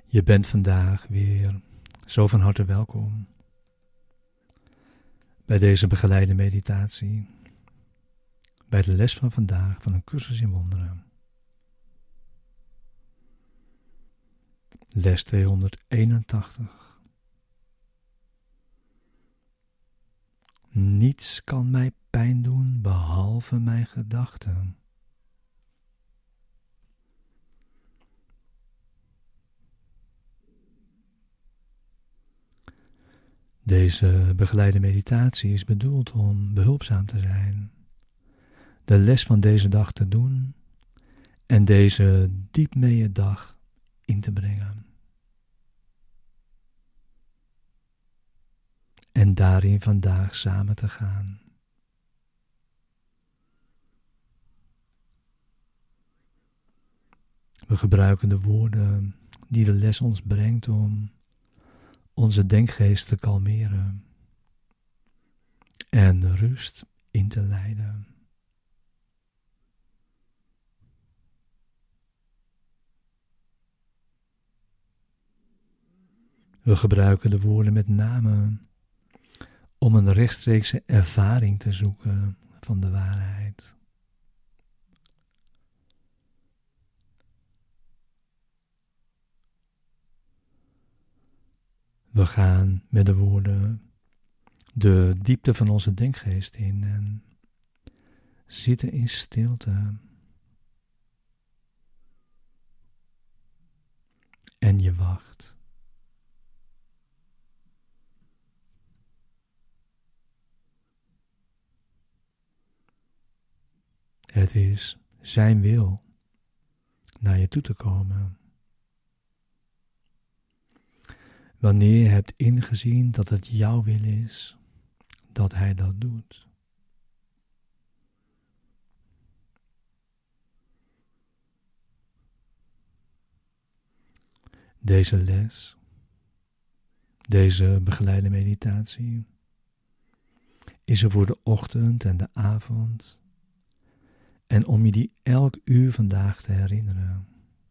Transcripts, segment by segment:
Je bent vandaag weer zo van harte welkom bij deze begeleide meditatie, bij de les van vandaag van een cursus in wonderen. Les 281. Niets kan mij pijn doen behalve mijn gedachten. Deze begeleide meditatie is bedoeld om behulpzaam te zijn, de les van deze dag te doen en deze diep mee je dag in te brengen. En daarin vandaag samen te gaan. We gebruiken de woorden die de les ons brengt om onze denkgeest te kalmeren en rust in te leiden. We gebruiken de woorden met name om een rechtstreekse ervaring te zoeken van de waarheid. We gaan met de woorden de diepte van onze denkgeest in en zitten in stilte. En je wacht. Het is zijn wil naar je toe te komen. Wanneer je hebt ingezien dat het jouw wil is, dat hij dat doet. Deze les, deze begeleide meditatie, is er voor de ochtend en de avond en om je die elk uur vandaag te herinneren.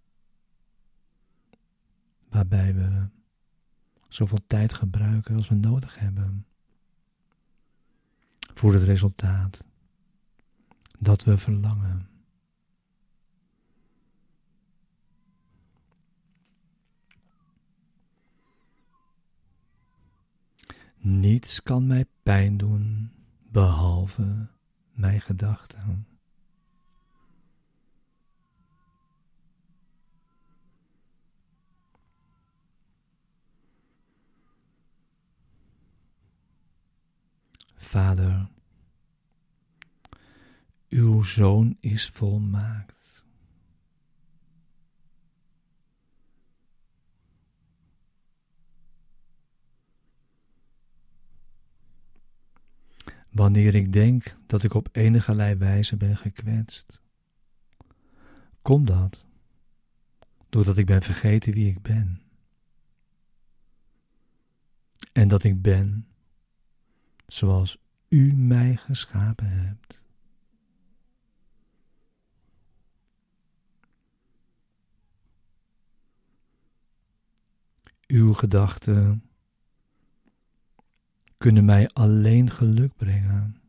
Waarbij we zoveel tijd gebruiken als we nodig hebben voor het resultaat dat we verlangen. Niets kan mij pijn doen behalve mijn gedachten. Vader, uw Zoon is volmaakt. Wanneer ik denk dat ik op enigerlei wijze ben gekwetst, komt dat doordat ik ben vergeten wie ik ben. En dat ik ben zoals u mij geschapen hebt. Uw gedachten kunnen mij alleen geluk brengen.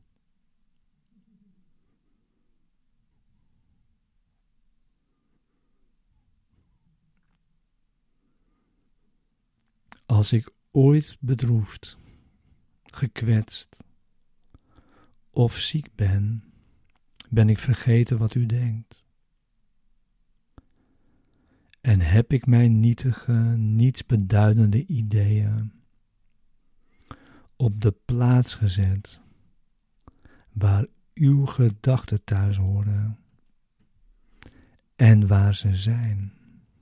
Als ik ooit bedroefd, gekwetst of ziek ben, ben ik vergeten wat u denkt. En heb ik mijn nietige, nietsbeduidende ideeën op de plaats gezet waar uw gedachten thuis horen en waar ze zijn.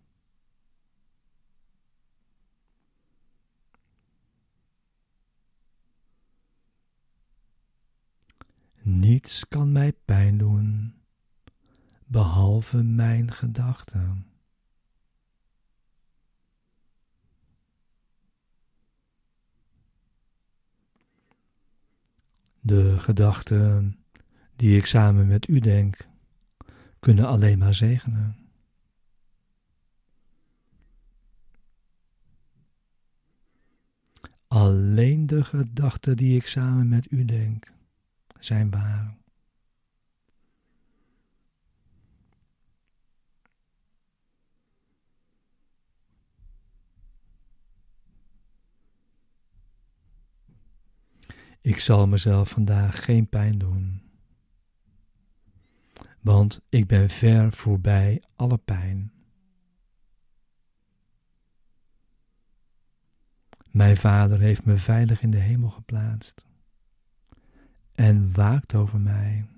Niets kan mij pijn doen, behalve mijn gedachten. De gedachten die ik samen met u denk, kunnen alleen maar zegenen. Alleen de gedachten die ik samen met u denk, zijn waar. Ik zal mezelf vandaag geen pijn doen, want ik ben ver voorbij alle pijn. Mijn Vader heeft me veilig in de hemel geplaatst en waakt over mij.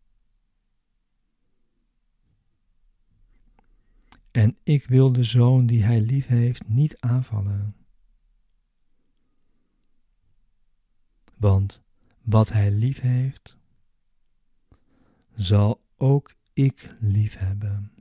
En ik wil de zoon die hij lief heeft niet aanvallen. Want wat hij lief heeft, zal ook ik lief hebben.